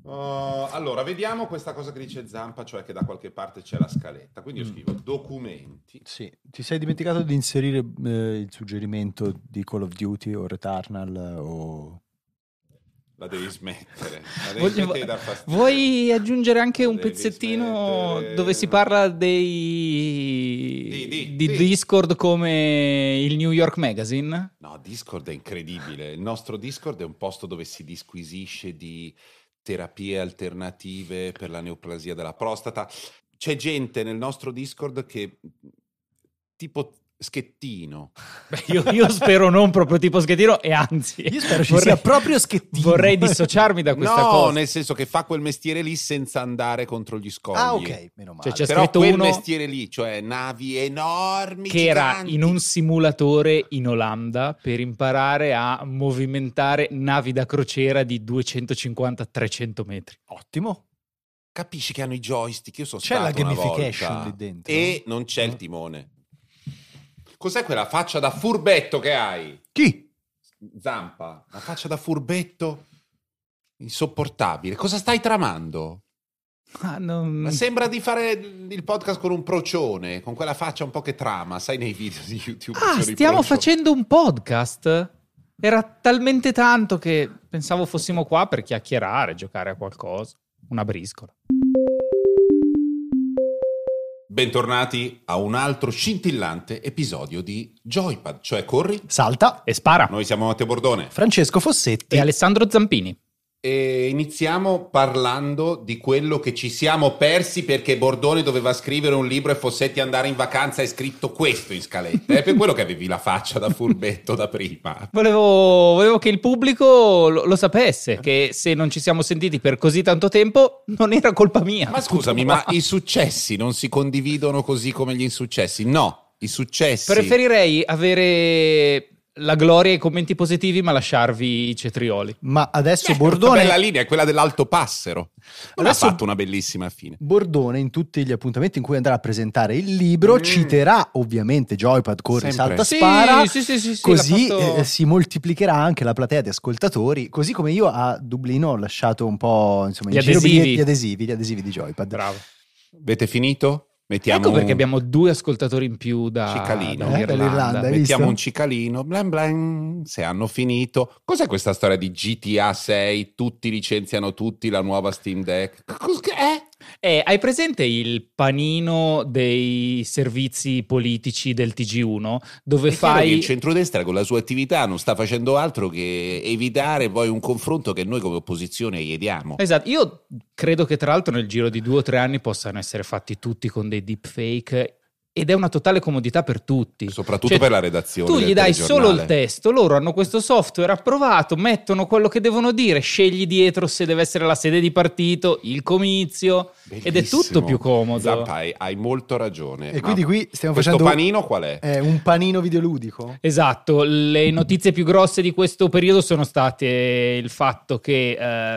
Allora, vediamo questa cosa che dice Zampa, cioè che da qualche parte c'è la scaletta. Quindi io scrivo documenti. Sì, ti sei dimenticato di inserire il suggerimento di Call of Duty o Returnal o... La devi smettere. La devi smettere di dar fastidio. Vuoi aggiungere anche La un devi pezzettino smettere. dove si parla Di Discord come il New York Magazine? No, Discord è incredibile. Il nostro Discord è un posto dove si disquisisce di terapie alternative per la neoplasia della prostata. C'è gente nel nostro Discord che tipo Schettino. Beh, io spero non proprio tipo Schettino, e anzi Io spero ci sia proprio Schettino. Vorrei dissociarmi da questa No, cosa. nel senso che fa quel mestiere lì senza andare contro gli scogli. Ah, ok, meno male. Cioè, c'è Però scritto quel uno mestiere lì, cioè navi enormi, che era giganti. in un simulatore in Olanda per imparare a movimentare navi da crociera di 250-300 metri. Ottimo. Capisci che hanno i joystick, io sono C'è stato la una gamification volta. lì dentro? E non c'è il timone. Cos'è quella faccia da furbetto che hai? Chi? Zampa, la faccia da furbetto insopportabile. Cosa stai tramando? Ma sembra di fare il podcast con un procione, con quella faccia un po' che trama, sai, nei video di YouTube. sono i Stiamo procioni. facendo un podcast? Era talmente tanto che pensavo fossimo qua per chiacchierare, giocare a qualcosa. Una briscola. Bentornati a un altro scintillante episodio di Joypad, cioè corri, Salta. E spara. noi siamo Matteo Bordone Francesco Fossetti. E Alessandro Zampini. e iniziamo parlando di quello che ci siamo persi perché Bordone doveva scrivere un libro e Fossetti andare in vacanza e scritto questo in scaletta. È per quello che avevi la faccia da furbetto da prima. Volevo che il pubblico lo sapesse, che se non ci siamo sentiti per così tanto tempo non era colpa mia. Ma scusami, ma i successi non si condividono così come gli insuccessi? No, i successi... Preferirei avere la gloria e i commenti positivi, ma lasciarvi i cetrioli. Ma adesso Una Bordone... bella linea è quella dell'Alto Passero. Non Adesso- ha fatto una bellissima fine. Bordone, in tutti gli appuntamenti in cui andrà a presentare il libro, citerà ovviamente Joypad, corri, Sempre. salta, spara. Sì, Così l'ha fatto- si moltiplicherà anche la platea di ascoltatori. Così come io a Dublino ho lasciato un po', insomma, Gli in giro adesivi. gli adesivi di Joypad. Bravo. Avete finito? Mettiamo Ecco perché un abbiamo 2 ascoltatori in più da Cicalino. dall'Irlanda. dall'Irlanda, hai mettiamo visto? un cicalino, blan blan, se hanno finito. Cos'è questa storia di GTA 6? Tutti licenziano tutti, la nuova Steam Deck. Cos'è? Hai presente il panino dei servizi politici del TG1 dove È chiaro che il fai... centrodestra con la sua attività non sta facendo altro che evitare poi un confronto che noi come opposizione gli diamo. Esatto, io credo che tra l'altro nel giro di 2 o 3 anni possano essere fatti tutti con dei deepfake ed è una totale comodità per tutti. Soprattutto Cioè, per la redazione. tu del gli dai solo il telegiornale. testo, loro hanno questo software approvato, mettono quello che devono dire, scegli dietro se deve essere la sede di partito, il comizio, ed è Bellissimo. tutto più comodo. Zampa, hai molto ragione. E Ma quindi qui stiamo questo facendo panino qual è? un panino videoludico. Esatto, le notizie più grosse di questo periodo sono state il fatto che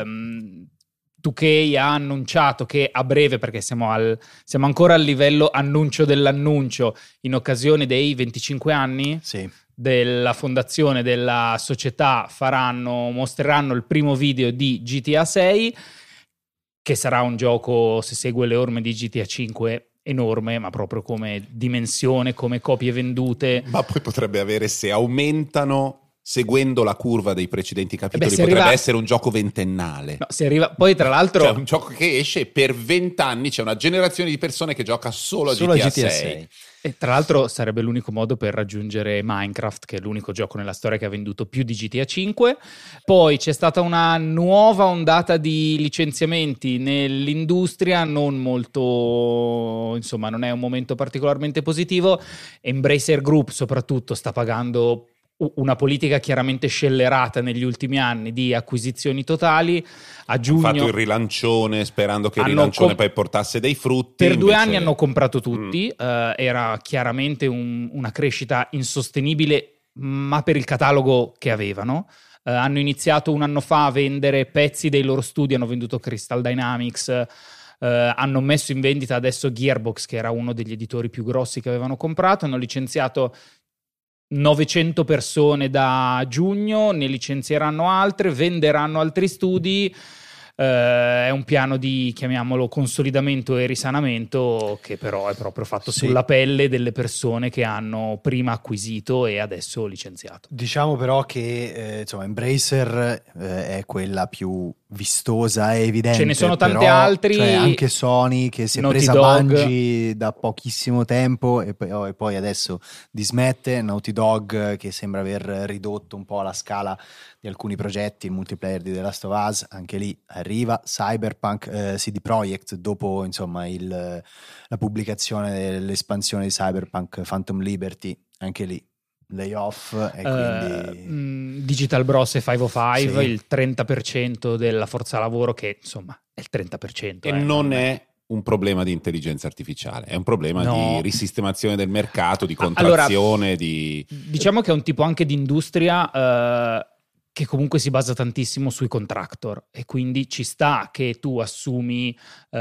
2K ha annunciato che a breve, perché siamo ancora al livello annuncio dell'annuncio, in occasione dei 25 anni Sì. della fondazione della società, mostreranno il primo video di GTA 6, che sarà un gioco, se segue le orme di GTA 5, enorme, ma proprio come dimensione, come copie vendute. Ma poi potrebbe avere, se aumentano seguendo la curva dei precedenti capitoli, se potrebbe arriva- essere un gioco ventennale. No, si arriva... Poi tra l'altro... Cioè un gioco che esce e per 20 anni c'è una generazione di persone che gioca solo a GTA 6. E tra l'altro sarebbe l'unico modo per raggiungere Minecraft, che è l'unico gioco nella storia che ha venduto più di GTA 5. Poi c'è stata una nuova ondata di licenziamenti nell'industria, non molto, insomma, non è un momento particolarmente positivo. Embracer Group soprattutto sta pagando una politica chiaramente scellerata negli ultimi anni di acquisizioni totali. A giugno Hanno fatto il rilancione sperando che il hanno rilancione poi portasse dei frutti. per 2 invece- anni hanno comprato tutti, era chiaramente una crescita insostenibile, ma per il catalogo che avevano. Hanno iniziato 1 anno fa a vendere pezzi dei loro studi, hanno venduto Crystal Dynamics, hanno messo in vendita adesso Gearbox, che era uno degli editori più grossi che avevano comprato, hanno licenziato 900 persone da giugno, ne licenzieranno altre, venderanno altri studi. È un piano di, chiamiamolo, consolidamento e risanamento, che però è proprio fatto sulla pelle delle persone che hanno prima acquisito e adesso licenziato. Diciamo però che insomma Embracer è quella più vistosa e evidente. Ce ne sono tanti però, altri, cioè anche Sony che si è Naughty presa Dog. Bungie da pochissimo tempo e poi adesso dismette. Naughty Dog che sembra aver ridotto un po' la scala di alcuni progetti, il multiplayer di The Last of Us anche lì arriva. Cyberpunk, CD Projekt dopo insomma la pubblicazione dell'espansione di Cyberpunk Phantom Liberty, anche lì layoff e quindi Digital Bros e 505, Sì. il 30% della forza lavoro, che insomma è il 30%. E non è un problema di intelligenza artificiale, è un problema di risistemazione del mercato, di contrazione. Diciamo che è un tipo anche di industria che comunque si basa tantissimo sui contractor, e quindi ci sta che tu assumi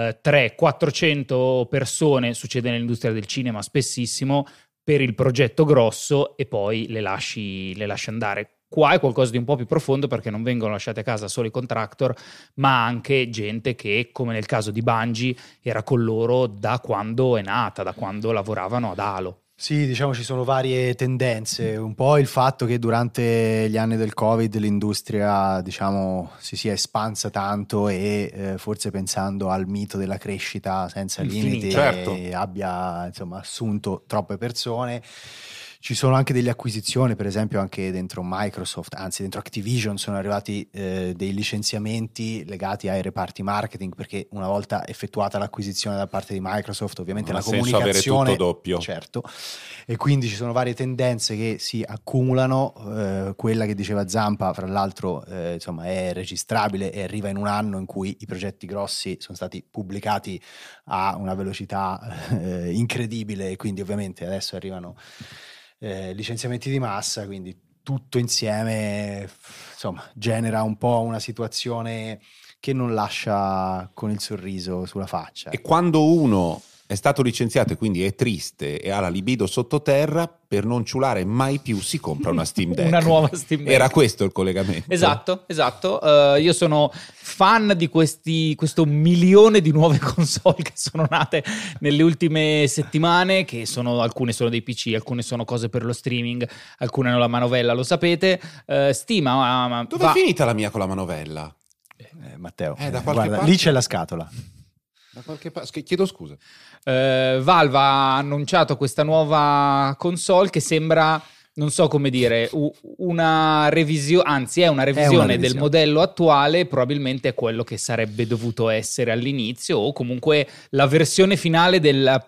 300-400 persone, succede nell'industria del cinema spessissimo, per il progetto grosso e poi le lasci andare. Qua è qualcosa di un po' più profondo, perché non vengono lasciati a casa solo i contractor, ma anche gente che, come nel caso di Bungie, era con loro da quando è nata, da quando lavoravano ad Halo. Sì, diciamo ci sono varie tendenze, un po' il fatto che durante gli anni del Covid l'industria diciamo si sia espansa tanto e forse pensando al mito della crescita senza limiti certo. abbia insomma assunto troppe persone. Ci sono anche delle acquisizioni, per esempio anche dentro Microsoft, anzi dentro Activision sono arrivati dei licenziamenti legati ai reparti marketing, perché una volta effettuata l'acquisizione da parte di Microsoft ovviamente Non la ha senso comunicazione avere tutto doppio. certo, e quindi ci sono varie tendenze che si accumulano. Quella che diceva Zampa fra l'altro insomma è registrabile e arriva in un anno in cui i progetti grossi sono stati pubblicati a una velocità incredibile, e quindi ovviamente adesso arrivano licenziamenti di massa, quindi tutto insieme insomma genera un po' una situazione che non lascia con il sorriso sulla faccia. E quando uno è stato licenziato e quindi è triste e ha la libido sottoterra, per non ciulare mai più si compra una Steam Deck. Una nuova Steam Deck. Era questo il collegamento. Esatto. Io sono fan di questo milione di nuove console che sono nate nelle ultime settimane, che alcune sono dei PC, alcune sono cose per lo streaming, alcune hanno la manovella, lo sapete. Steam Dove è finita la mia con la manovella? Matteo, da qualche guarda, parte. lì c'è la scatola. Da qualche parte. Chiedo scusa. Valve ha annunciato questa nuova console che sembra, non so come dire, una revisione, anzi è una revisione del modello attuale, probabilmente è quello che sarebbe dovuto essere all'inizio, o comunque la versione finale della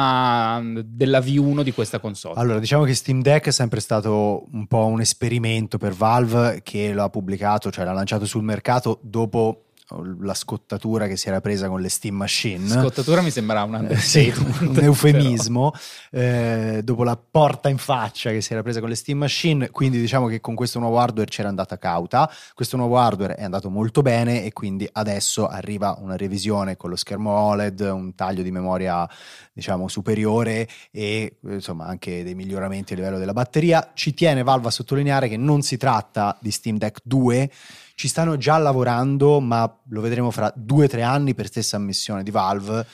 V1 di questa console. Allora, diciamo che Steam Deck è sempre stato un po' un esperimento per Valve, che lo ha pubblicato, cioè l'ha lanciato sul mercato dopo la scottatura che si era presa con le Steam Machine. Scottatura mi sembra un un eufemismo, dopo la porta in faccia che si era presa con le Steam Machine. Quindi diciamo che con questo nuovo hardware c'era andata cauta, questo nuovo hardware è andato molto bene e quindi adesso arriva una revisione con lo schermo OLED, un taglio di memoria diciamo superiore e insomma anche dei miglioramenti a livello della batteria. Ci tiene Valve a sottolineare che non si tratta di Steam Deck 2, ci stanno già lavorando, ma lo vedremo fra 2-3 anni, per stessa ammissione di Valve.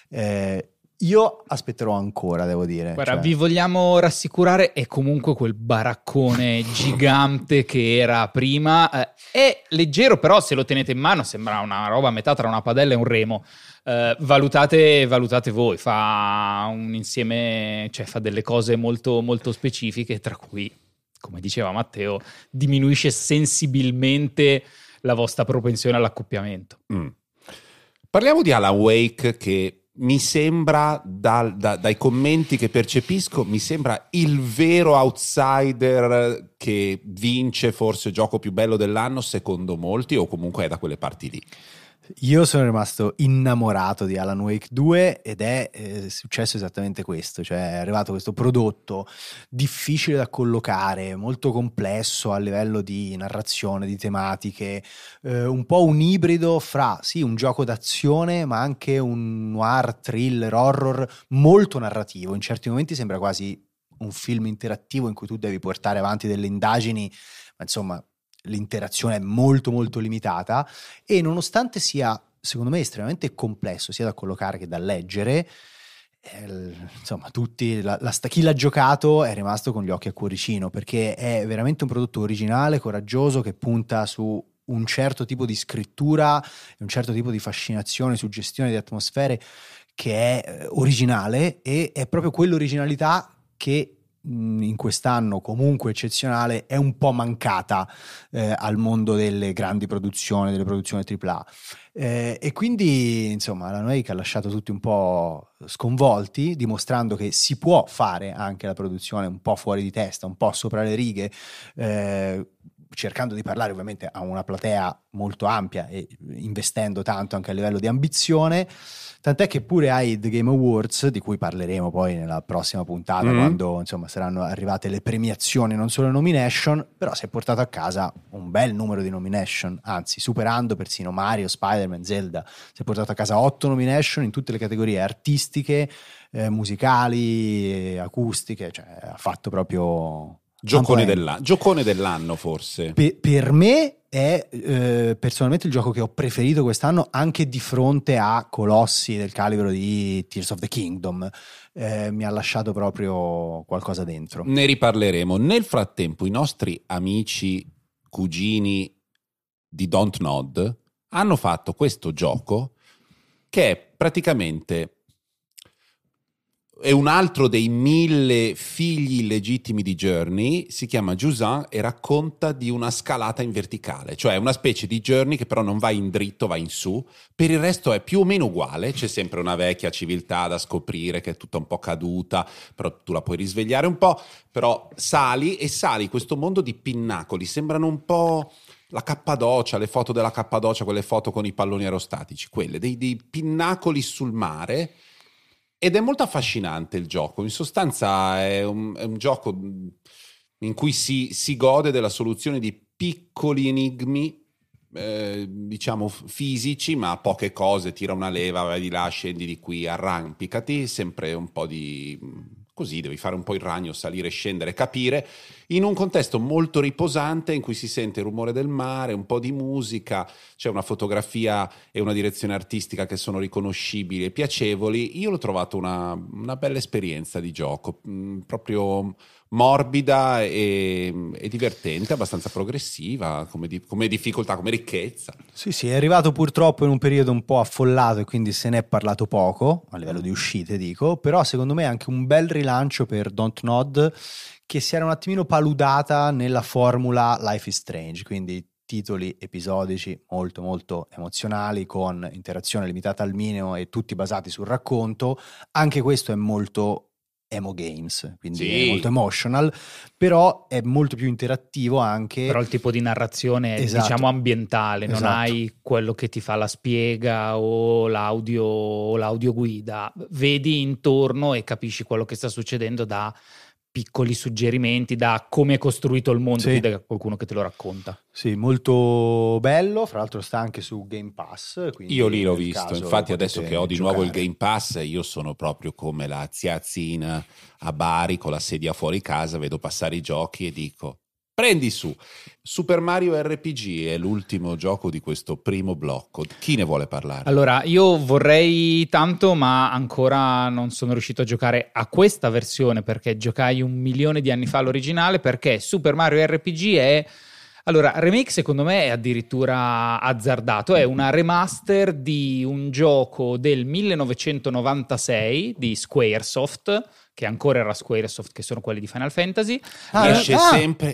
Io aspetterò ancora, devo dire. Guarda, vi vogliamo rassicurare, è comunque quel baraccone gigante che era prima. È leggero, però se lo tenete in mano sembra una roba a metà tra una padella e un remo. Valutate voi, fa un insieme, cioè fa delle cose molto, molto specifiche, tra cui, come diceva Matteo, diminuisce sensibilmente la vostra propensione all'accoppiamento. Parliamo di Alan Wake, che mi sembra, dai commenti che percepisco, mi sembra il vero outsider che vince forse gioco più bello dell'anno secondo molti, o comunque è da quelle parti lì. Io sono rimasto innamorato di Alan Wake 2 ed è successo esattamente questo, cioè è arrivato questo prodotto difficile da collocare, molto complesso a livello di narrazione, di tematiche, un po' un ibrido fra sì un gioco d'azione ma anche un noir, thriller, horror molto narrativo. In certi momenti sembra quasi un film interattivo in cui tu devi portare avanti delle indagini, ma insomma l'interazione è molto molto limitata, e nonostante sia secondo me estremamente complesso sia da collocare che da leggere, insomma tutti chi l'ha giocato è rimasto con gli occhi a cuoricino, perché è veramente un prodotto originale, coraggioso, che punta su un certo tipo di scrittura e un certo tipo di fascinazione, suggestione di atmosfere che è originale, e è proprio quell'originalità che in quest'anno comunque eccezionale è un po' mancata al mondo delle grandi produzioni, delle produzioni AAA. E quindi insomma la Wake ha lasciato tutti un po' sconvolti, dimostrando che si può fare anche la produzione un po' fuori di testa, un po' sopra le righe, cercando di parlare ovviamente a una platea molto ampia e investendo tanto anche a livello di ambizione, tant'è che pure ai The Game Awards, di cui parleremo poi nella prossima puntata, quando insomma saranno arrivate le premiazioni, non solo le nomination, però si è portato a casa un bel numero di nomination, anzi superando persino Mario, Spider-Man, Zelda. Si è portato a casa 8 nomination in tutte le categorie artistiche, musicali, acustiche, cioè ha fatto proprio giocone dell'anno forse. Per me è personalmente il gioco che ho preferito quest'anno, anche di fronte a colossi del calibro di Tears of the Kingdom. Mi ha lasciato proprio qualcosa dentro. Ne riparleremo. Nel frattempo i nostri amici cugini di Dontnod hanno fatto questo gioco che è praticamente è un altro dei 1000 figli illegittimi di Journey, si chiama Jusant e racconta di una scalata in verticale, cioè una specie di Journey che però non va in dritto, va in su. Per il resto è più o meno uguale, c'è sempre una vecchia civiltà da scoprire che è tutta un po' caduta, però tu la puoi risvegliare un po', però sali questo mondo di pinnacoli, sembrano un po' la Cappadocia, le foto della Cappadocia, quelle foto con i palloni aerostatici, quelle dei pinnacoli sul mare. Ed è molto affascinante il gioco, in sostanza è un gioco in cui si gode della soluzione di piccoli enigmi, diciamo fisici, ma poche cose, tira una leva, vai di là, scendi di qui, arrampicati, sempre un po' di... così, devi fare un po' il ragno, salire, scendere, capire, in un contesto molto riposante in cui si sente il rumore del mare, un po' di musica, c'è una fotografia e una direzione artistica che sono riconoscibili e piacevoli. Io l'ho trovato una bella esperienza di gioco, proprio morbida e divertente, abbastanza progressiva come difficoltà, come ricchezza. Sì, è arrivato purtroppo in un periodo un po' affollato e quindi se ne è parlato poco, a livello di uscite dico, però secondo me è anche un bel rilancio per Dontnod, che si era un attimino paludata nella formula Life is Strange, quindi titoli episodici molto molto emozionali, con interazione limitata al minimo e tutti basati sul racconto. Anche questo è molto emo games, quindi è molto emotional, però è molto più interattivo anche. Però il tipo di narrazione è, esatto, diciamo, ambientale, non hai quello che ti fa la spiega o l'audio guida, vedi intorno e capisci quello che sta succedendo da piccoli suggerimenti, da come è costruito il mondo, più da qualcuno che te lo racconta. Sì, molto bello, fra l'altro sta anche su Game Pass. Io lì l'ho visto, infatti adesso che ho di nuovo il Game Pass, io sono proprio come la ziazzina a Bari con la sedia fuori casa, vedo passare i giochi e dico: prendi su. Super Mario RPG è l'ultimo gioco di questo primo blocco. Chi ne vuole parlare? Allora, io vorrei tanto, ma ancora non sono riuscito a giocare a questa versione, perché giocai 1 milione di anni fa l'originale, perché Super Mario RPG è... Allora, remake secondo me è addirittura azzardato, è una remaster di un gioco del 1996 di Squaresoft, che ancora era Squaresoft, che sono quelli di Final Fantasy. Riesce sempre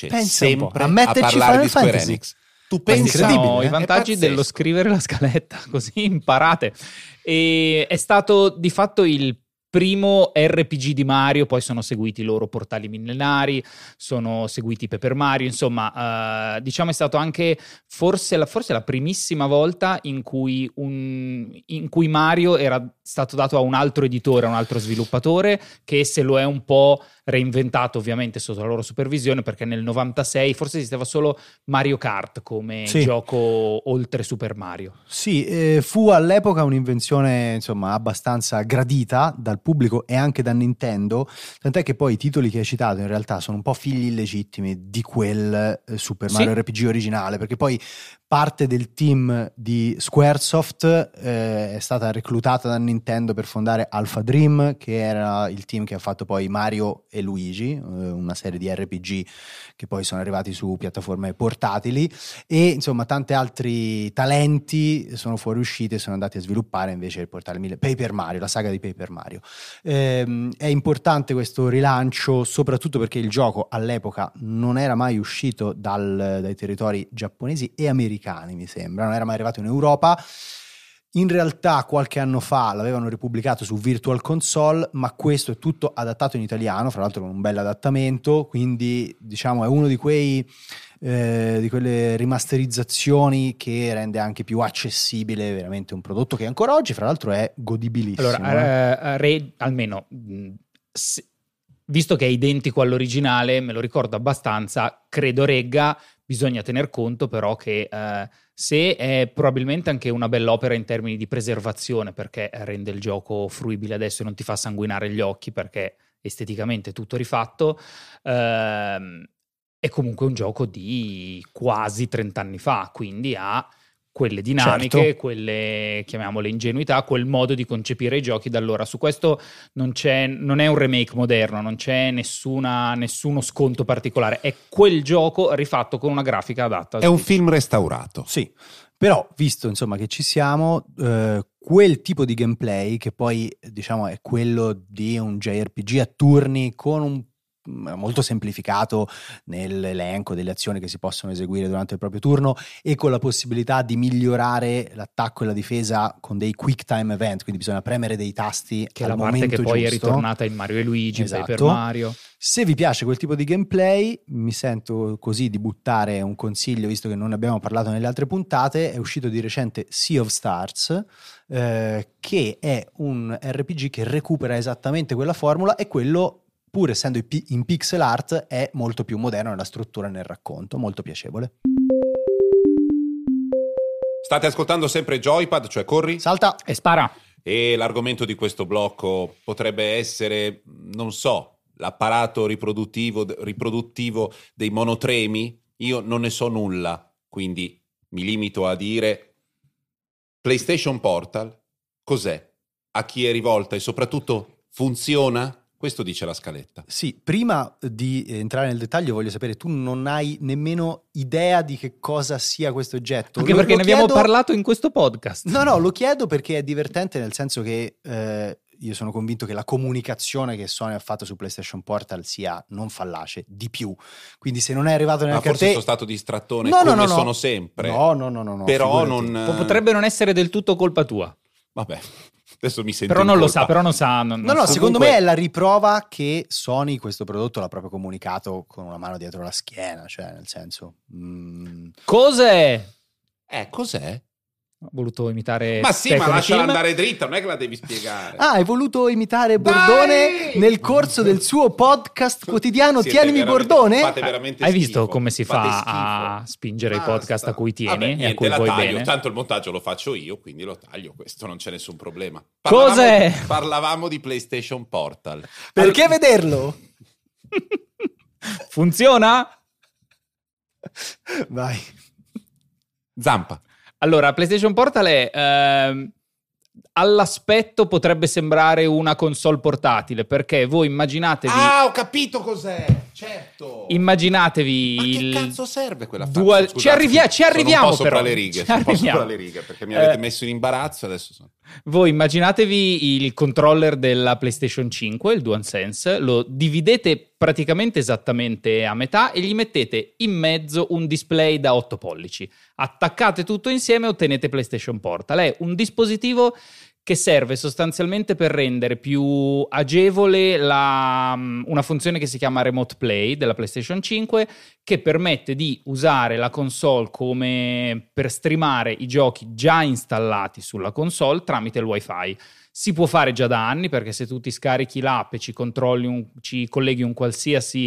a parlare di Square Enix. Tu pensi i vantaggi dello scrivere la scaletta, così imparate. E è stato di fatto il primo RPG di Mario, poi sono seguiti i loro portali millenari, sono seguiti Paper Mario, insomma, diciamo è stato anche forse la primissima volta in cui Mario era stato dato a un altro editore, a un altro sviluppatore, che se lo è un po' reinventato ovviamente sotto la loro supervisione, perché nel 96 forse esisteva solo Mario Kart come gioco oltre Super Mario. Sì, fu all'epoca un'invenzione insomma abbastanza gradita dal dal pubblico e anche da Nintendo, tant'è che poi i titoli che hai citato in realtà sono un po' figli illegittimi di quel Super Mario RPG originale, perché poi parte del team di Squaresoft è stata reclutata da Nintendo per fondare Alpha Dream, che era il team che ha fatto poi Mario e Luigi, una serie di RPG che poi sono arrivati su piattaforme portatili, e insomma tanti altri talenti sono fuoriusciti e sono andati a sviluppare invece il portale Paper Mario, la saga di Paper Mario. È importante questo rilancio soprattutto perché il gioco all'epoca non era mai uscito dai territori giapponesi e americani, mi sembra, non era mai arrivato in Europa. In realtà qualche anno fa l'avevano ripubblicato su Virtual Console, ma questo è tutto adattato in italiano, fra l'altro con un bel adattamento, quindi diciamo è uno di quelle rimasterizzazioni che rende anche più accessibile veramente un prodotto che ancora oggi fra l'altro è godibilissimo. Allora, almeno visto che è identico all'originale, me lo ricordo abbastanza, credo regga. Bisogna tener conto però che se è probabilmente anche una bell'opera in termini di preservazione, perché rende il gioco fruibile adesso e non ti fa sanguinare gli occhi perché esteticamente è tutto rifatto, è comunque un gioco di quasi 30 anni fa, quindi ha quelle dinamiche, certo, quelle, chiamiamole ingenuità, quel modo di concepire i giochi da allora. Su questo non è un remake moderno, non c'è nessuno sconto particolare, è quel gioco rifatto con una grafica adatta. È un film restaurato. Sì, però visto insomma che ci siamo, quel tipo di gameplay che poi diciamo è quello di un JRPG a turni con un molto semplificato nell'elenco delle azioni che si possono eseguire durante il proprio turno e con la possibilità di migliorare l'attacco e la difesa con dei quick time event, quindi bisogna premere dei tasti che è al la parte che poi giusto. È ritornata in Mario e Luigi, esatto. Paper Mario. Se vi piace quel tipo di gameplay, mi sento così di buttare un consiglio, visto che non ne abbiamo parlato nelle altre puntate. È uscito di recente Sea of Stars, che è un RPG che recupera esattamente quella formula, e quello, pur essendo in pixel art, è molto più moderno nella struttura e nel racconto, molto piacevole. State ascoltando sempre Joypad, cioè corri, salta e spara. E l'argomento di questo blocco potrebbe essere, non so, l'apparato riproduttivo dei monotremi. Io non ne so nulla, quindi mi limito a dire: PlayStation Portal cos'è? A chi è rivolta e soprattutto funziona? Questo dice la scaletta. Sì, prima di entrare nel dettaglio voglio sapere, tu non hai nemmeno idea di che cosa sia questo oggetto? Anche perché ne abbiamo parlato in questo podcast. No, lo chiedo perché è divertente, nel senso che io sono convinto che la comunicazione che Sony ha fatto su PlayStation Portal sia non fallace, di più. Quindi se non è arrivato neanche a te... forse sono stato distrattone, come sono sempre. No. Però figurati. Potrebbe non essere del tutto colpa tua. Vabbè, adesso mi sento però non in lo colpa. sa, però non sa. No, Comunque... secondo me è la riprova che Sony questo prodotto l'ha proprio comunicato con una mano dietro la schiena, cioè nel senso... Cos'è? Cos'è? Ho voluto imitare... Ma sì, ma lasciala film. andare dritta, non è che la devi spiegare. Hai voluto imitare Bordone nel corso del suo podcast quotidiano Tienimi Bordone? Fate veramente Hai schifo. visto come si fa Fate a spingere Basta. i podcast a cui tieni? Vabbè, e a niente, cui la vuoi taglio. bene? Tanto il montaggio lo faccio io, quindi lo taglio. Questo non c'è nessun problema. Cos'è? Parlavamo di PlayStation Portal. Perché vederlo? Funziona? Vai. Zampa. Allora, PlayStation Portal è... all'aspetto potrebbe sembrare una console portatile, perché voi immaginatevi... Ah, ho capito cos'è, certo. Immaginatevi Ma il... che cazzo serve quella Dual... Scusate, ci arriviamo sono un po' sopra però. le righe, Ci arriviamo. perché mi avete messo in imbarazzo adesso. Voi immaginatevi il controller della PlayStation 5, il DualSense, lo dividete praticamente esattamente a metà e gli mettete in mezzo un display da 8 pollici. Attaccate tutto insieme e ottenete PlayStation Portal. È un dispositivo che serve sostanzialmente per rendere più agevole una funzione che si chiama Remote Play della PlayStation 5, che permette di usare la console come per streamare i giochi già installati sulla console tramite il Wi-Fi. Si può fare già da anni, perché se tu ti scarichi l'app e ci colleghi un qualsiasi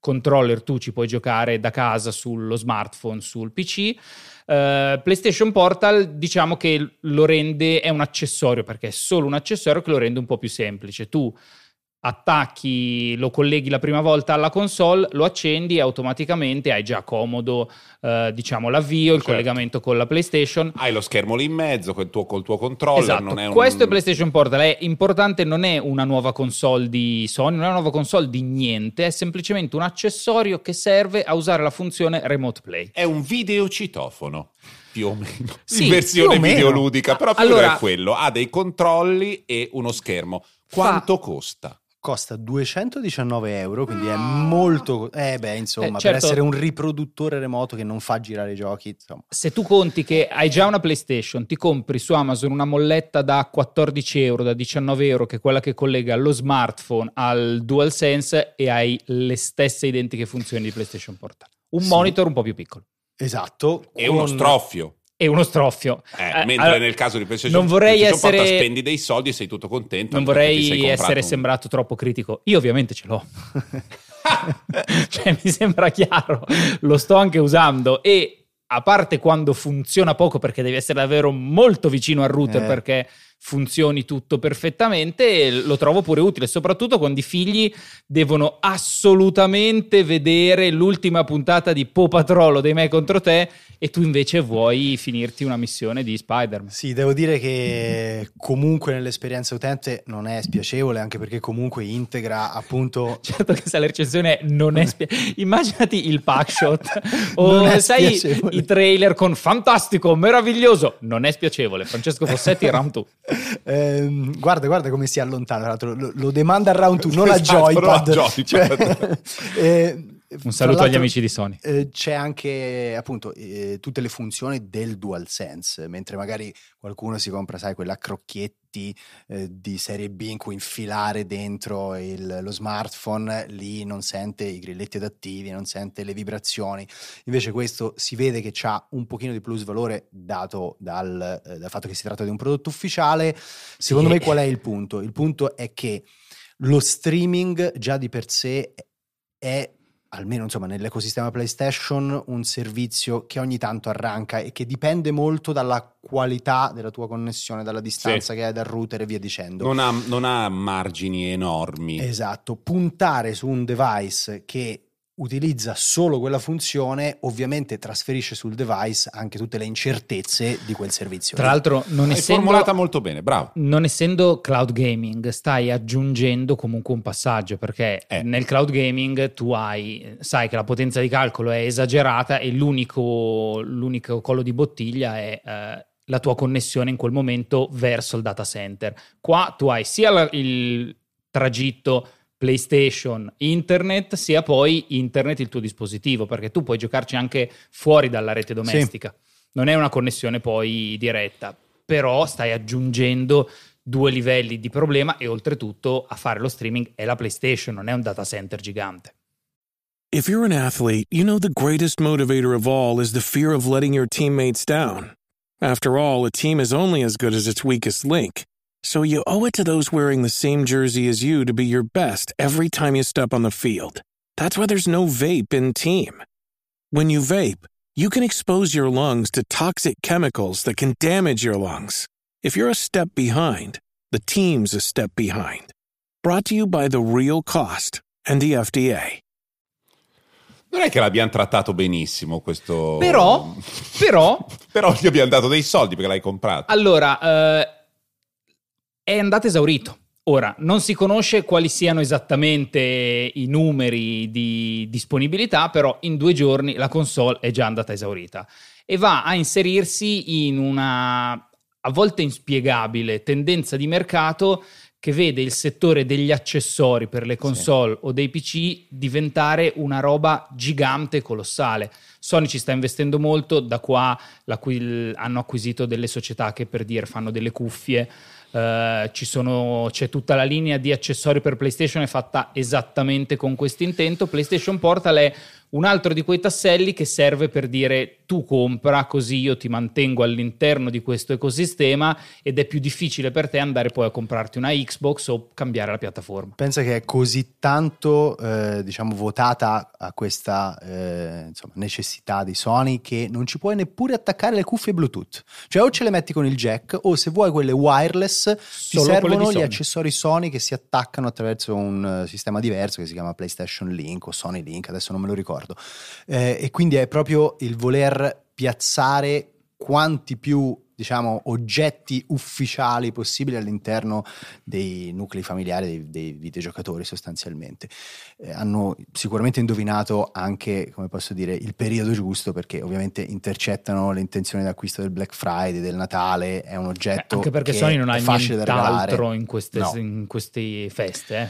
controller tu ci puoi giocare da casa sullo smartphone, sul PC. PlayStation Portal diciamo che lo rende, è un accessorio, perché è solo un accessorio che lo rende un po' più semplice. Tu attacchi, lo colleghi la prima volta alla console, lo accendi e automaticamente hai già comodo diciamo l'avvio, il collegamento con la PlayStation. Hai lo schermo lì in mezzo col tuo controller. Esatto, non è questo è PlayStation Portal. È importante, non è una nuova console di Sony, non è una nuova console di niente, è semplicemente un accessorio che serve a usare la funzione Remote Play. È un videocitofono, più o meno, Sì, in versione più o meno. videoludica, però più Allora, è quello, ha dei controlli e uno schermo. Quanto costa? Costa 219 euro, quindi è molto... insomma, per certo. essere un riproduttore remoto che non fa girare i giochi, insomma. Se tu conti che hai già una PlayStation, ti compri su Amazon una molletta da 14 euro, da 19 euro, che è quella che collega lo smartphone al DualSense, e hai le stesse identiche funzioni di PlayStation Portal. Un monitor un po' più piccolo. Esatto. E uno stroffio. E uno stroffio. Mentre allora, nel caso di PlayStation, non vorrei PlayStation essere... Portal spendi dei soldi e sei tutto contento. Non vorrei essere sembrato troppo critico. Io ovviamente ce l'ho. Cioè, mi sembra chiaro. Lo sto anche usando, e a parte quando funziona poco, perché devi essere davvero molto vicino al router perché funzioni tutto perfettamente, lo trovo pure utile, soprattutto quando i figli devono assolutamente vedere l'ultima puntata di Paw Patrol o dei Me contro te, e tu invece vuoi finirti una missione di Spider-Man. Sì, devo dire che comunque nell'esperienza utente non è spiacevole, anche perché comunque integra appunto... Certo che se la recensione non è immaginati il packshot o sai i trailer con fantastico, meraviglioso, non è spiacevole. Francesco Fossetti, round 2. Guarda come si allontana, tra l'altro lo demanda a round 2, non a Esatto, Joypad, non a Joypad. Un saluto agli amici di Sony. C'è anche appunto tutte le funzioni del DualSense, mentre magari qualcuno si compra, sai, quella a crocchietti di serie B in cui infilare dentro lo smartphone, lì non sente i grilletti adattivi, non sente le vibrazioni. Invece questo si vede che c'ha un pochino di plus valore dato dal fatto che si tratta di un prodotto ufficiale. Secondo me qual è il punto? Il punto è che lo streaming già di per sé è, almeno insomma nell'ecosistema PlayStation, un servizio che ogni tanto arranca e che dipende molto dalla qualità della tua connessione, dalla distanza che hai dal router e via dicendo. Non ha margini enormi. Esatto, puntare su un device che utilizza solo quella funzione ovviamente trasferisce sul device anche tutte le incertezze di quel servizio. Tra l'altro non Hai essendo formulata molto bene, bravo. Non essendo cloud gaming, stai aggiungendo comunque un passaggio, perché nel cloud gaming tu sai che la potenza di calcolo è esagerata e l'unico collo di bottiglia è la tua connessione in quel momento verso il data center. Qua tu hai sia il tragitto PlayStation, internet, sia poi internet il tuo dispositivo, perché tu puoi giocarci anche fuori dalla rete domestica. Sì. Non è una connessione poi diretta, però stai aggiungendo 2 livelli di problema, e oltretutto a fare lo streaming è la PlayStation, non è un data center gigante. If you're an athlete, you know the greatest motivator of all is the fear of letting your teammates down. After all, a team is only as good as its weakest link. So you owe it to those wearing the same jersey as you to be your best every time you step on the field. That's why there's no vape in team. When you vape, you can expose your lungs to toxic chemicals that can damage your lungs. If you're a step behind, the team's a step behind. Brought to you by The Real Cost and the FDA. Non è che l'abbiamo trattato benissimo questo... Però gli abbiamo dato dei soldi perché l'hai comprato. Allora... è andato esaurito. Ora, non si conosce quali siano esattamente i numeri di disponibilità, però in 2 giorni la console è già andata esaurita e va a inserirsi in una a volte inspiegabile tendenza di mercato che vede il settore degli accessori per le console o dei PC diventare una roba gigante e colossale. Sony ci sta investendo molto, da qua hanno acquisito delle società che, per dire, fanno delle cuffie. C'è tutta la linea di accessori per PlayStation, è fatta esattamente con questo intento. PlayStation Portal è un altro di quei tasselli che serve per dire tu compra, così io ti mantengo all'interno di questo ecosistema ed è più difficile per te andare poi a comprarti una Xbox o cambiare la piattaforma. Pensa che è così tanto diciamo votata a questa insomma, necessità di Sony che non ci puoi neppure attaccare le cuffie Bluetooth, cioè o ce le metti con il jack o se vuoi quelle wireless ti servono gli accessori Sony che si attaccano attraverso un sistema diverso che si chiama PlayStation Link o Sony Link, adesso non me lo ricordo, e quindi è proprio il voler piazzare quanti più diciamo oggetti ufficiali possibili all'interno dei nuclei familiari dei videogiocatori sostanzialmente. Hanno sicuramente indovinato anche, come posso dire, il periodo giusto, perché ovviamente intercettano le intenzioni d'acquisto del Black Friday, del Natale, è un oggetto anche perché che Sony non ha facile da regalare nient'altro in queste feste.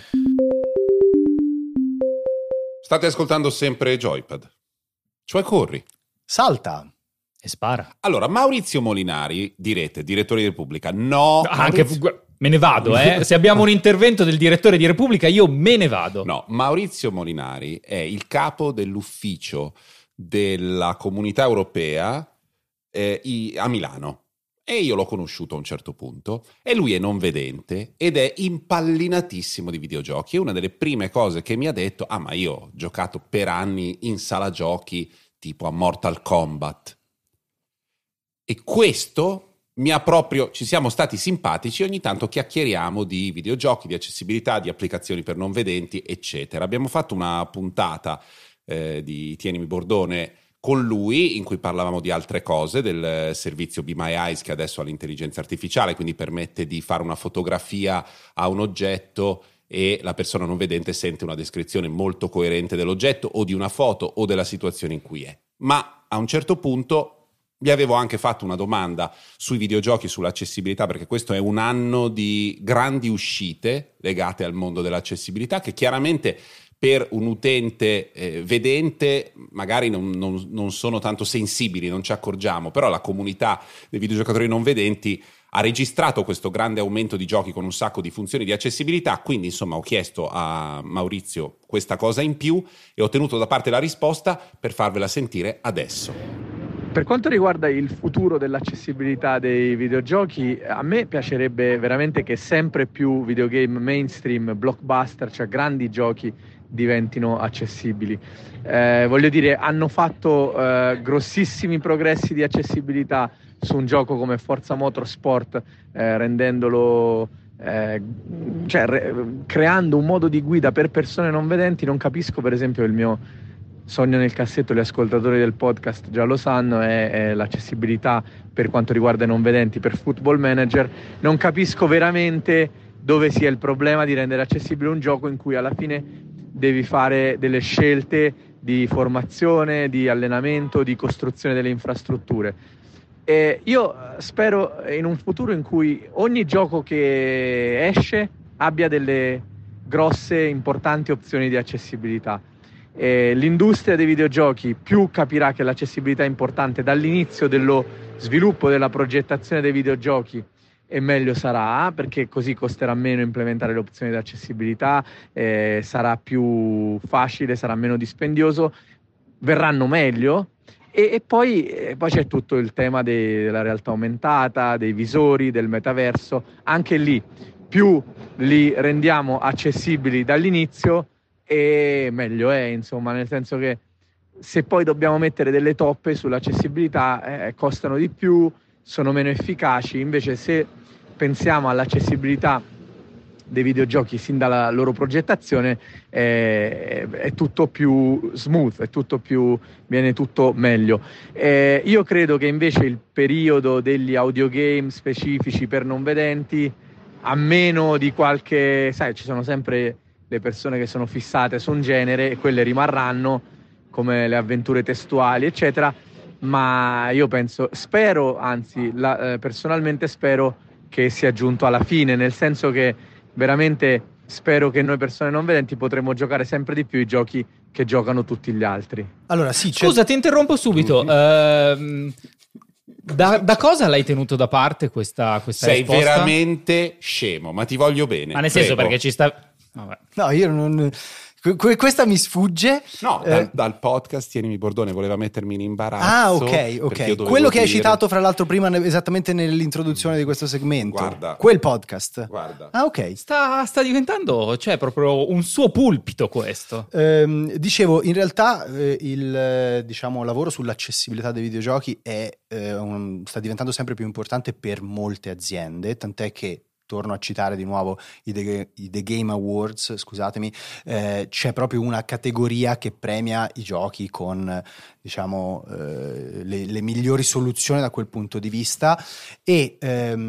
State ascoltando sempre Joypad, cioè corri. Salta E spara. Allora, Maurizio Molinari, direte, direttore di Repubblica, no. Anche me ne vado, se abbiamo un intervento del direttore di Repubblica io me ne vado. No, Maurizio Molinari è il capo dell'ufficio della Comunità Europea a Milano. E io l'ho conosciuto a un certo punto e lui è non vedente ed è impallinatissimo di videogiochi. E una delle prime cose che mi ha detto: ma io ho giocato per anni in sala giochi tipo a Mortal Kombat. E questo mi ha proprio, ci siamo stati simpatici, ogni tanto chiacchieriamo di videogiochi, di accessibilità, di applicazioni per non vedenti, eccetera. Abbiamo fatto una puntata di Tienimi Bordone con lui in cui parlavamo di altre cose, del servizio Be My Eyes che adesso ha l'intelligenza artificiale, quindi permette di fare una fotografia a un oggetto e la persona non vedente sente una descrizione molto coerente dell'oggetto o di una foto o della situazione in cui è. Ma a un certo punto gli avevo anche fatto una domanda sui videogiochi, sull'accessibilità, perché questo è un anno di grandi uscite legate al mondo dell'accessibilità che chiaramente per un utente vedente magari non sono tanto sensibili, non ci accorgiamo, però la comunità dei videogiocatori non vedenti ha registrato questo grande aumento di giochi con un sacco di funzioni di accessibilità, quindi insomma ho chiesto a Maurizio questa cosa in più e ho ottenuto da parte la risposta per farvela sentire adesso. Per quanto riguarda il futuro dell'accessibilità dei videogiochi, a me piacerebbe veramente che sempre più videogame mainstream, blockbuster, cioè grandi giochi, diventino accessibili. Voglio dire, hanno fatto grossissimi progressi di accessibilità su un gioco come Forza Motorsport, rendendolo creando un modo di guida per persone non vedenti. Non capisco, per esempio, il mio sogno nel cassetto, gli ascoltatori del podcast già lo sanno, è l'accessibilità per quanto riguarda i non vedenti per Football Manager. Non capisco veramente dove sia il problema di rendere accessibile un gioco in cui alla fine devi fare delle scelte di formazione, di allenamento, di costruzione delle infrastrutture. E io spero in un futuro in cui ogni gioco che esce abbia delle grosse, importanti opzioni di accessibilità. L'industria dei videogiochi più capirà che l'accessibilità è importante dall'inizio dello sviluppo, della progettazione dei videogiochi, e meglio sarà, perché così costerà meno implementare le opzioni di accessibilità, sarà più facile, sarà meno dispendioso, verranno meglio. E poi c'è tutto il tema della realtà aumentata, dei visori, del metaverso. Anche lì più li rendiamo accessibili dall'inizio e meglio è, insomma, nel senso che se poi dobbiamo mettere delle toppe sull'accessibilità costano di più, sono meno efficaci. Invece se pensiamo all'accessibilità dei videogiochi sin dalla loro progettazione è tutto più smooth, viene tutto meglio. Io credo che invece il periodo degli audiogame specifici per non vedenti, a meno di qualche, sai, ci sono sempre le persone che sono fissate su un genere e quelle rimarranno, come le avventure testuali eccetera, ma io personalmente spero che sia giunto alla fine, nel senso che veramente spero che noi persone non vedenti potremo giocare sempre di più i giochi che giocano tutti gli altri. Allora sì, scusa, ti interrompo subito. Da cosa l'hai tenuto da parte questa Sei risposta? Veramente scemo, ma ti voglio bene. Ma nel senso, prego. perché ci sta... Vabbè. No, io non... Questa mi sfugge. No, dal podcast Tienimi Bordone voleva mettermi in imbarazzo. Ah, ok. Quello che hai citato fra l'altro prima esattamente nell'introduzione di questo segmento. Guarda. Quel podcast. Guarda. Ah, ok. Sta diventando, cioè, proprio un suo pulpito questo. Dicevo, in realtà il lavoro sull'accessibilità dei videogiochi sta diventando sempre più importante per molte aziende, tant'è che torno a citare di nuovo i The Game Awards, scusatemi, c'è proprio una categoria che premia i giochi con le migliori soluzioni da quel punto di vista, e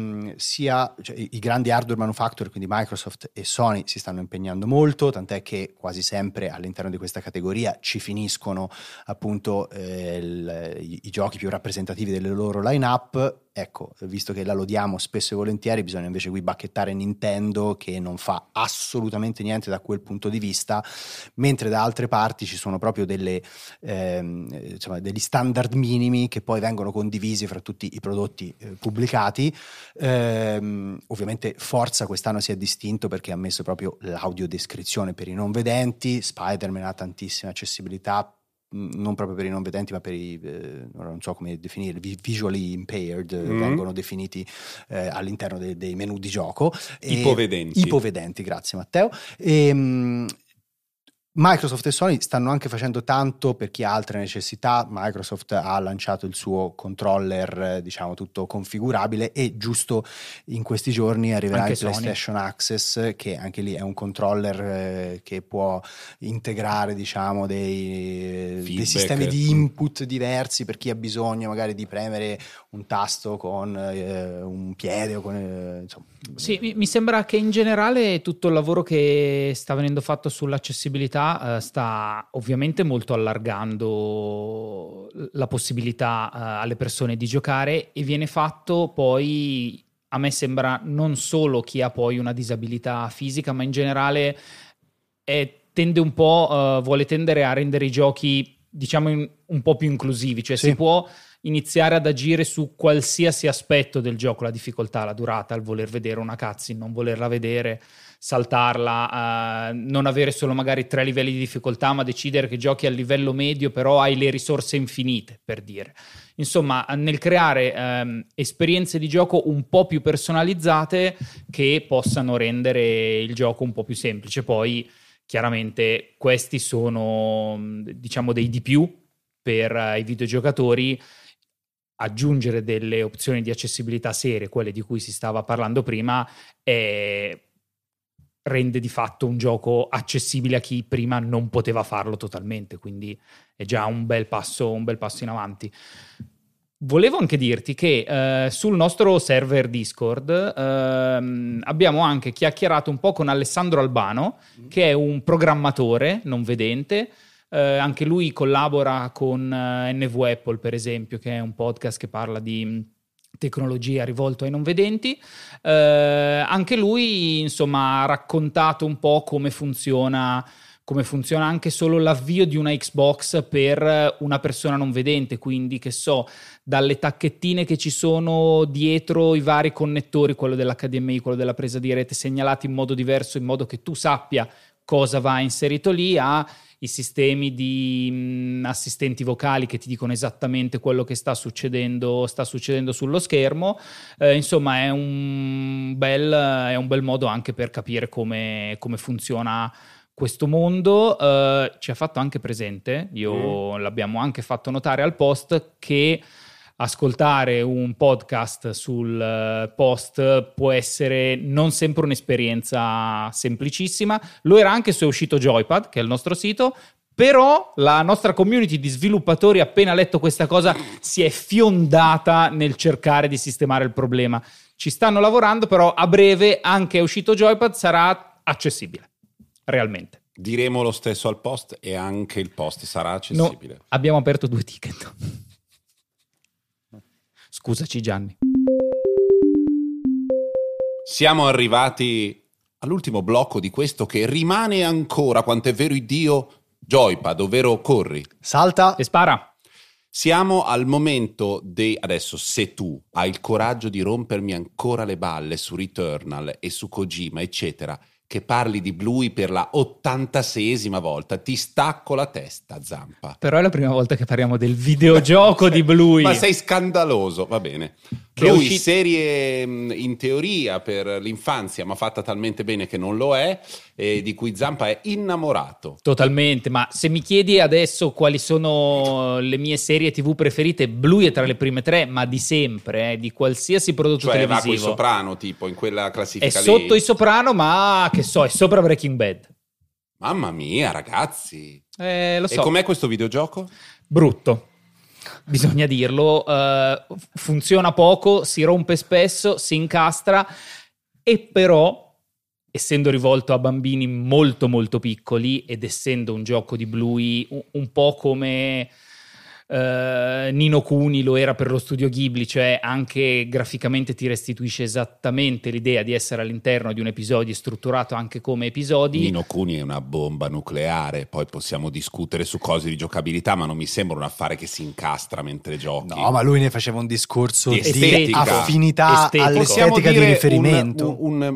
i grandi hardware manufacturer, quindi Microsoft e Sony, si stanno impegnando molto, tant'è che quasi sempre all'interno di questa categoria ci finiscono appunto i giochi più rappresentativi delle loro line-up. Ecco, visto che la lodiamo spesso e volentieri, bisogna invece qui bacchettare Nintendo, che non fa assolutamente niente da quel punto di vista, mentre da altre parti ci sono proprio degli standard minimi che poi vengono condivisi fra tutti i prodotti pubblicati. Ovviamente Forza quest'anno si è distinto perché ha messo proprio l'audiodescrizione per i non vedenti. Spider-Man ha tantissima accessibilità, non proprio per i non vedenti, ma per non so come definire, visually impaired, vengono definiti all'interno dei menu di gioco. Ipovedenti, grazie Matteo. Microsoft e Sony stanno anche facendo tanto per chi ha altre necessità. Microsoft ha lanciato il suo controller, tutto configurabile, e giusto in questi giorni arriverà anche il PlayStation Access, che anche lì è un controller che può integrare dei sistemi di input diversi per chi ha bisogno magari di premere un tasto con un piede o con Sì, mi sembra che in generale tutto il lavoro che sta venendo fatto sull'accessibilità sta ovviamente molto allargando la possibilità alle persone di giocare, e viene fatto poi, a me sembra, non solo chi ha poi una disabilità fisica, ma in generale vuole tendere a rendere i giochi un po' più inclusivi, cioè si può iniziare ad agire su qualsiasi aspetto del gioco, la difficoltà, la durata, il voler vedere una cutscene, non volerla vedere, saltarla, non avere solo magari 3 livelli di difficoltà, ma decidere che giochi al livello medio però hai le risorse infinite, per dire. Insomma, nel creare esperienze di gioco un po' più personalizzate che possano rendere il gioco un po' più semplice. Poi chiaramente questi sono dei di più per i videogiocatori. Aggiungere delle opzioni di accessibilità serie, quelle di cui si stava parlando prima, rende di fatto un gioco accessibile a chi prima non poteva farlo totalmente, quindi è già un bel passo in avanti. Volevo anche dirti che sul nostro server Discord abbiamo anche chiacchierato un po' con Alessandro Albano, che è un programmatore non vedente. Anche lui collabora con NV Apple, per esempio, che è un podcast che parla di tecnologia rivolto ai non vedenti. Anche lui, insomma, ha raccontato un po' come funziona anche solo l'avvio di una Xbox per una persona non vedente, quindi dalle tacchettine che ci sono dietro i vari connettori, quello dell'HDMI, quello della presa di rete, segnalati in modo diverso, in modo che tu sappia cosa va inserito lì, i sistemi di assistenti vocali che ti dicono esattamente quello che sta succedendo sullo schermo. Insomma, è un bel modo anche per capire come funziona questo mondo. Ci ha fatto anche presente, l'abbiamo anche fatto notare al post, che ascoltare un podcast sul post può essere non sempre un'esperienza semplicissima. Lo era anche se è uscito Joypad, che è il nostro sito, però la nostra community di sviluppatori, appena letto questa cosa, si è fiondata nel cercare di sistemare il problema. Ci stanno lavorando, però a breve anche è uscito Joypad, sarà accessibile, realmente. Diremo lo stesso al post, e anche il post sarà accessibile. No, abbiamo aperto 2 ticket. Scusaci Gianni. Siamo arrivati all'ultimo blocco di questo, che rimane ancora, quanto è vero Iddio, Joypad, ovvero corri, salta e spara. Siamo al momento adesso, se tu hai il coraggio di rompermi ancora le balle su Returnal e su Kojima, eccetera, che parli di Bluey per la 86esima volta. Ti stacco la testa, Zampa. Però è la prima volta che parliamo del videogioco di Bluey. Ma sei scandaloso, va bene. Bluey, serie in teoria per l'infanzia, ma fatta talmente bene che non lo è, e di cui Zampa è innamorato. Totalmente, ma se mi chiedi adesso quali sono le mie serie TV preferite, Bluey è tra le prime 3, ma di sempre, di qualsiasi prodotto televisivo. Va con i Soprano, tipo, in quella classifica è lì. Sotto i Soprano, ma che so, è sopra Breaking Bad. Mamma mia, ragazzi. Lo so. E com'è questo videogioco? Brutto. Bisogna dirlo, funziona poco, si rompe spesso, si incastra, e però, essendo rivolto a bambini molto molto piccoli ed essendo un gioco di Bluey un po' come Nino Kuni lo era per lo studio Ghibli, cioè anche graficamente ti restituisce esattamente l'idea di essere all'interno di un episodio strutturato anche come episodi. Nino Kuni è una bomba nucleare, poi possiamo discutere su cose di giocabilità, ma non mi sembra un affare che si incastra mentre giochi. No, ma lui ne faceva un discorso di estetica. affinità all'estetica di riferimento.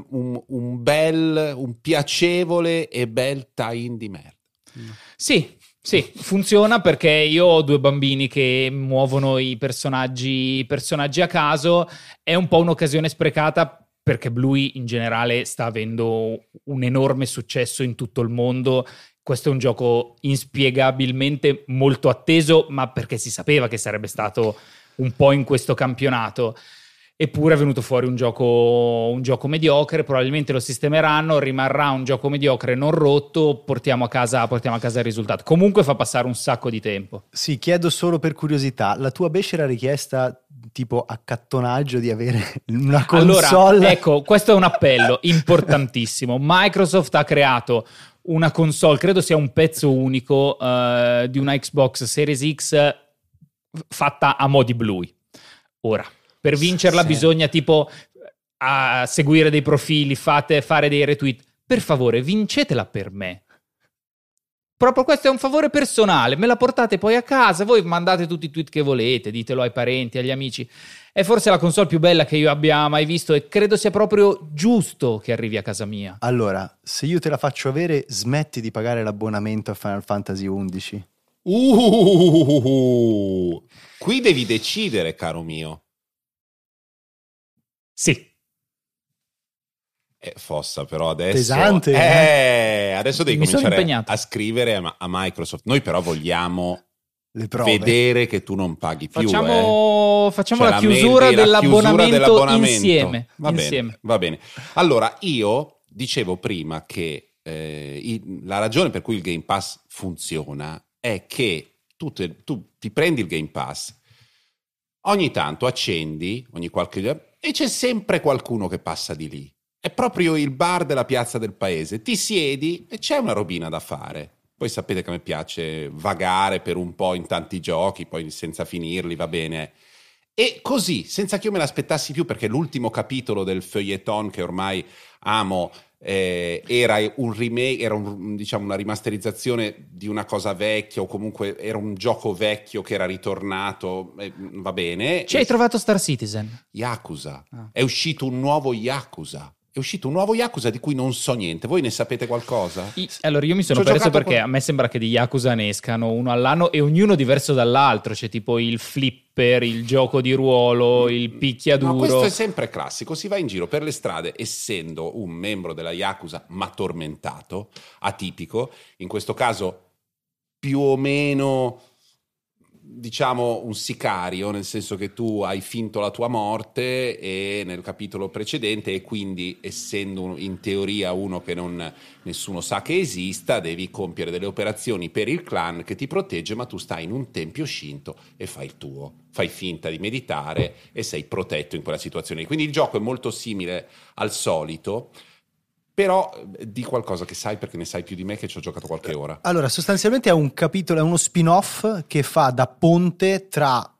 Un piacevole e bel tie-in di merda. Sì, funziona perché io ho 2 bambini che muovono i personaggi a caso. È un po' un'occasione sprecata perché Bluey in generale sta avendo un enorme successo in tutto il mondo. Questo è un gioco inspiegabilmente molto atteso, ma perché si sapeva che sarebbe stato un po' in questo campionato. Eppure è venuto fuori un gioco mediocre, probabilmente lo sistemeranno, rimarrà un gioco mediocre non rotto, portiamo a casa il risultato. Comunque fa passare un sacco di tempo. Sì, chiedo solo per curiosità, la tua becera richiesta tipo accattonaggio di avere una console? Allora, ecco, questo è un appello importantissimo. Microsoft ha creato una console, credo sia un pezzo unico di una Xbox Series X fatta a mo' di Bluey. Ora, per vincerla bisogna tipo a seguire dei profili, fare dei retweet. Per favore, vincetela per me. Proprio questo è un favore personale. Me la portate poi a casa, voi mandate tutti i tweet che volete, ditelo ai parenti, agli amici. È forse la console più bella che io abbia mai visto e credo sia proprio giusto che arrivi a casa mia. Allora, se io te la faccio avere, smetti di pagare l'abbonamento a Final Fantasy XI. Qui devi decidere, caro mio. Sì. Fossa, però adesso pesante, adesso devi cominciare a scrivere a Microsoft. Noi però vogliamo le prove. Vedere che tu non paghi più. Facciamo la chiusura dell'abbonamento insieme. Va bene. Allora, io dicevo prima che la ragione per cui il Game Pass funziona è che tu ti prendi il Game Pass, ogni tanto accendi, ogni qualche e c'è sempre qualcuno che passa di lì. È proprio il bar della piazza del paese. Ti siedi e c'è una robina da fare. Poi sapete che a me piace vagare per un po' in tanti giochi, poi senza finirli, va bene. E così, senza che io me l'aspettassi più, perché l'ultimo capitolo del feuilleton che ormai amo era un remake, era diciamo una rimasterizzazione di una cosa vecchia, o comunque era un gioco vecchio che era ritornato, va bene. Ci hai trovato Star Citizen? Yakuza. È uscito un nuovo Yakuza. Di cui non so niente. Voi ne sapete qualcosa? Allora, io mi sono perso perché a me sembra che di Yakuza ne escano uno all'anno e ognuno diverso dall'altro. C'è tipo il flipper, il gioco di ruolo, il picchiaduro. No, questo è sempre classico. Si va in giro per le strade, essendo un membro della Yakuza ma tormentato, atipico, in questo caso più o meno, diciamo, un sicario, nel senso che tu hai finto la tua morte e nel capitolo precedente, e quindi essendo in teoria uno che nessuno sa che esista, devi compiere delle operazioni per il clan che ti protegge, ma tu stai in un tempio shinto e fai il tuo, fai finta di meditare e sei protetto in quella situazione. Quindi il gioco è molto simile al solito. Però di qualcosa che sai, perché ne sai più di me, che ci ho giocato qualche ora. Allora, sostanzialmente è un capitolo, è uno spin-off che fa da ponte tra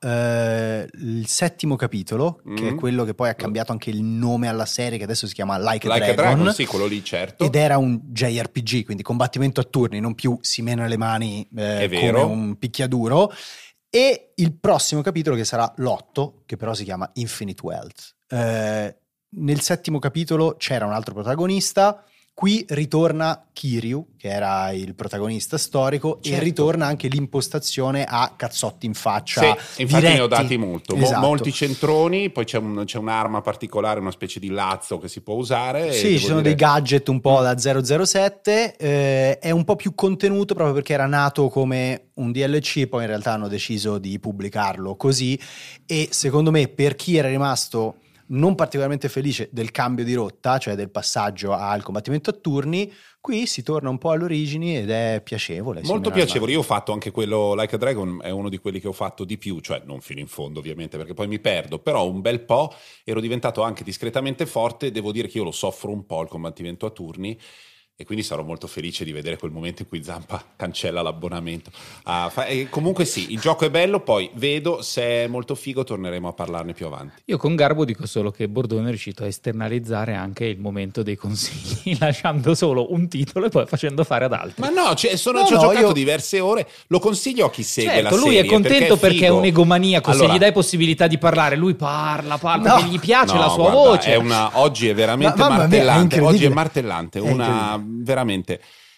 il 7° capitolo, che è quello che poi ha cambiato anche il nome alla serie, che adesso si chiama Like a Dragon. Sì, quello lì, certo. Ed era un JRPG, quindi combattimento a turni, non più si mena le mani come un picchiaduro. E il prossimo capitolo, che sarà l'8, che però si chiama Infinite Wealth. Nel 7° capitolo c'era un altro protagonista, Qui ritorna Kiryu, che era il protagonista storico, certo. e ritorna anche l'impostazione a cazzotti in faccia. Sì, infatti diretti. ne ho dati molto. Esatto. Molti centroni, poi c'è un'arma particolare, una specie di lazzo che si può usare. Sì, ci sono dei gadget un po' da 007, è un po' più contenuto proprio perché era nato come un DLC, poi in realtà hanno deciso di pubblicarlo così, e secondo me per chi era rimasto non particolarmente felice del cambio di rotta, cioè del passaggio al combattimento a turni, qui si torna un po' alle origini ed è piacevole. Molto piacevole. Io ho fatto anche quello Like a Dragon, è uno di quelli che ho fatto di più, cioè non fino in fondo ovviamente perché poi mi perdo, però un bel po', ero diventato anche discretamente forte. Devo dire che io lo soffro un po' il combattimento a turni, e quindi sarò molto felice di vedere quel momento in cui Zampa cancella l'abbonamento. Comunque sì, il gioco è bello, poi vedo se è molto figo, torneremo a parlarne più avanti. Io con garbo dico solo che Bordone è riuscito a esternalizzare anche il momento dei consigli, lasciando solo un titolo e poi facendo fare ad altri. Ma no, ci ho giocato diverse ore, lo consiglio a chi segue la serie. Lui è contento perché è un egomaniaco, allora, se gli dai possibilità di parlare, lui parla, perché gli piace la sua guarda, voce. Oggi è veramente martellante, oggi è martellante, veramente.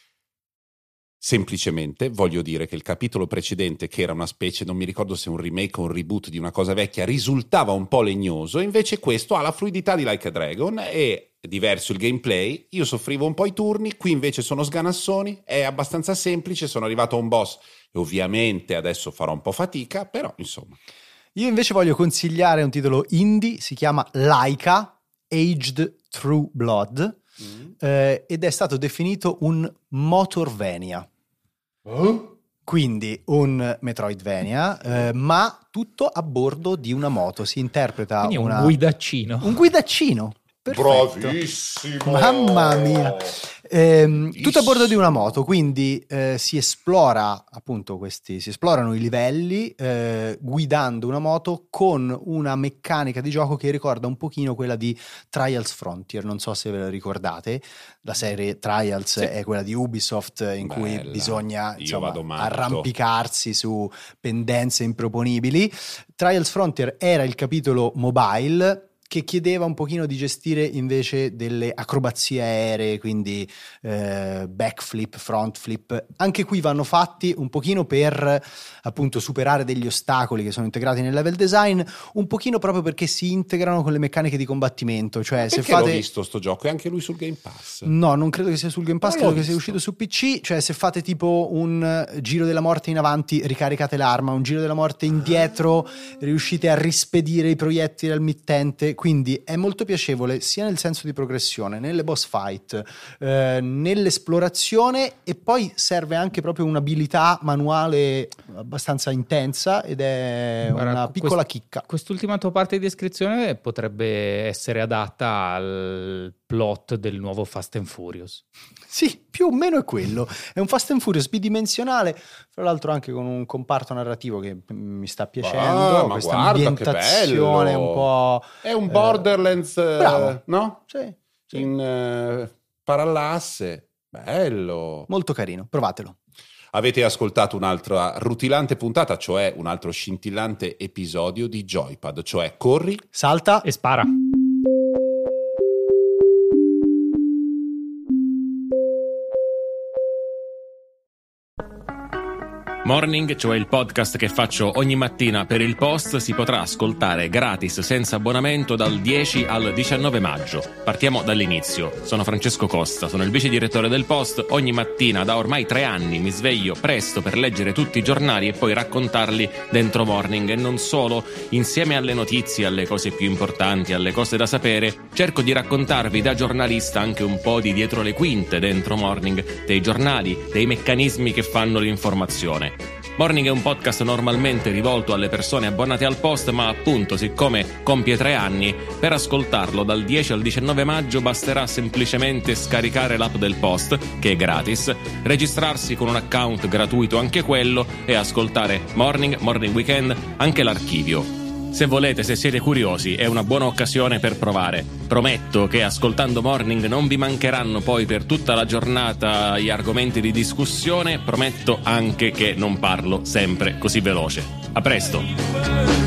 Semplicemente voglio dire che il capitolo precedente, che era una specie, non mi ricordo se un remake o un reboot di una cosa vecchia, risultava un po' legnoso, invece questo ha la fluidità di Like a Dragon, è diverso il gameplay. Io soffrivo un po' i turni, qui invece sono sganassoni, è abbastanza semplice, sono arrivato a un boss e ovviamente adesso farò un po' fatica, però insomma. Io invece voglio consigliare un titolo indie, si chiama Laika, Aged Through Blood, ed è stato definito un Motorvania. Quindi un Metroidvania, ma tutto a bordo di una moto. Si interpreta quindi un guidaccino. Un guidaccino. Perfetto. Bravissimo. Mamma mia. Tutto a bordo di una moto, quindi si esplorano i livelli guidando una moto con una meccanica di gioco che ricorda un pochino quella di Trials Frontier. Non so se ve la ricordate, la serie Trials è quella di Ubisoft in cui bisogna arrampicarsi su pendenze improponibili. Trials Frontier era il capitolo mobile che chiedeva un pochino di gestire invece delle acrobazie aeree, quindi backflip, frontflip. Anche qui vanno fatti un pochino per appunto superare degli ostacoli che sono integrati nel level design, un pochino proprio perché si integrano con le meccaniche di combattimento. Cioè, se fate... l'ho visto sto gioco? È anche lui sul Game Pass? No, non credo che sia sul Game Pass, credo che sia uscito su PC. Cioè, se fate tipo un giro della morte in avanti, ricaricate l'arma, un giro della morte indietro, riuscite a rispedire i proiettili al mittente. Quindi è molto piacevole sia nel senso di progressione, nelle boss fight, nell'esplorazione, e poi serve anche proprio un'abilità manuale abbastanza intensa ed è una piccola chicca. Quest'ultima tua parte di descrizione potrebbe essere adatta al plot del nuovo Fast and Furious. Sì, più o meno è quello. È un Fast and Furious bidimensionale, fra l'altro anche con un comparto narrativo che mi sta piacendo. Questa ambientazione un po'... È un Borderlands, bravo. No? Sì. In parallasse. Bello. Molto carino, provatelo. Avete ascoltato un'altra rutilante puntata, cioè un altro scintillante episodio di Joypad, cioè corri, salta e spara. Morning, cioè il podcast che faccio ogni mattina per il Post, si potrà ascoltare gratis senza abbonamento dal 10 al 19 maggio. Partiamo dall'inizio. Sono Francesco Costa, sono il vice direttore del Post. Ogni mattina da ormai 3 anni mi sveglio presto per leggere tutti i giornali e poi raccontarli dentro Morning, e non solo. Insieme alle notizie, alle cose più importanti, alle cose da sapere, cerco di raccontarvi da giornalista anche un po' di dietro le quinte dentro Morning, dei giornali, dei meccanismi che fanno l'informazione. Morning è un podcast normalmente rivolto alle persone abbonate al Post, ma appunto, siccome compie 3 anni, per ascoltarlo dal 10 al 19 maggio basterà semplicemente scaricare l'app del Post, che è gratis, registrarsi con un account gratuito anche quello e ascoltare Morning Weekend, anche l'archivio. Se volete, se siete curiosi, è una buona occasione per provare. Prometto che ascoltando Morning non vi mancheranno poi per tutta la giornata gli argomenti di discussione. Prometto anche che non parlo sempre così veloce. A presto!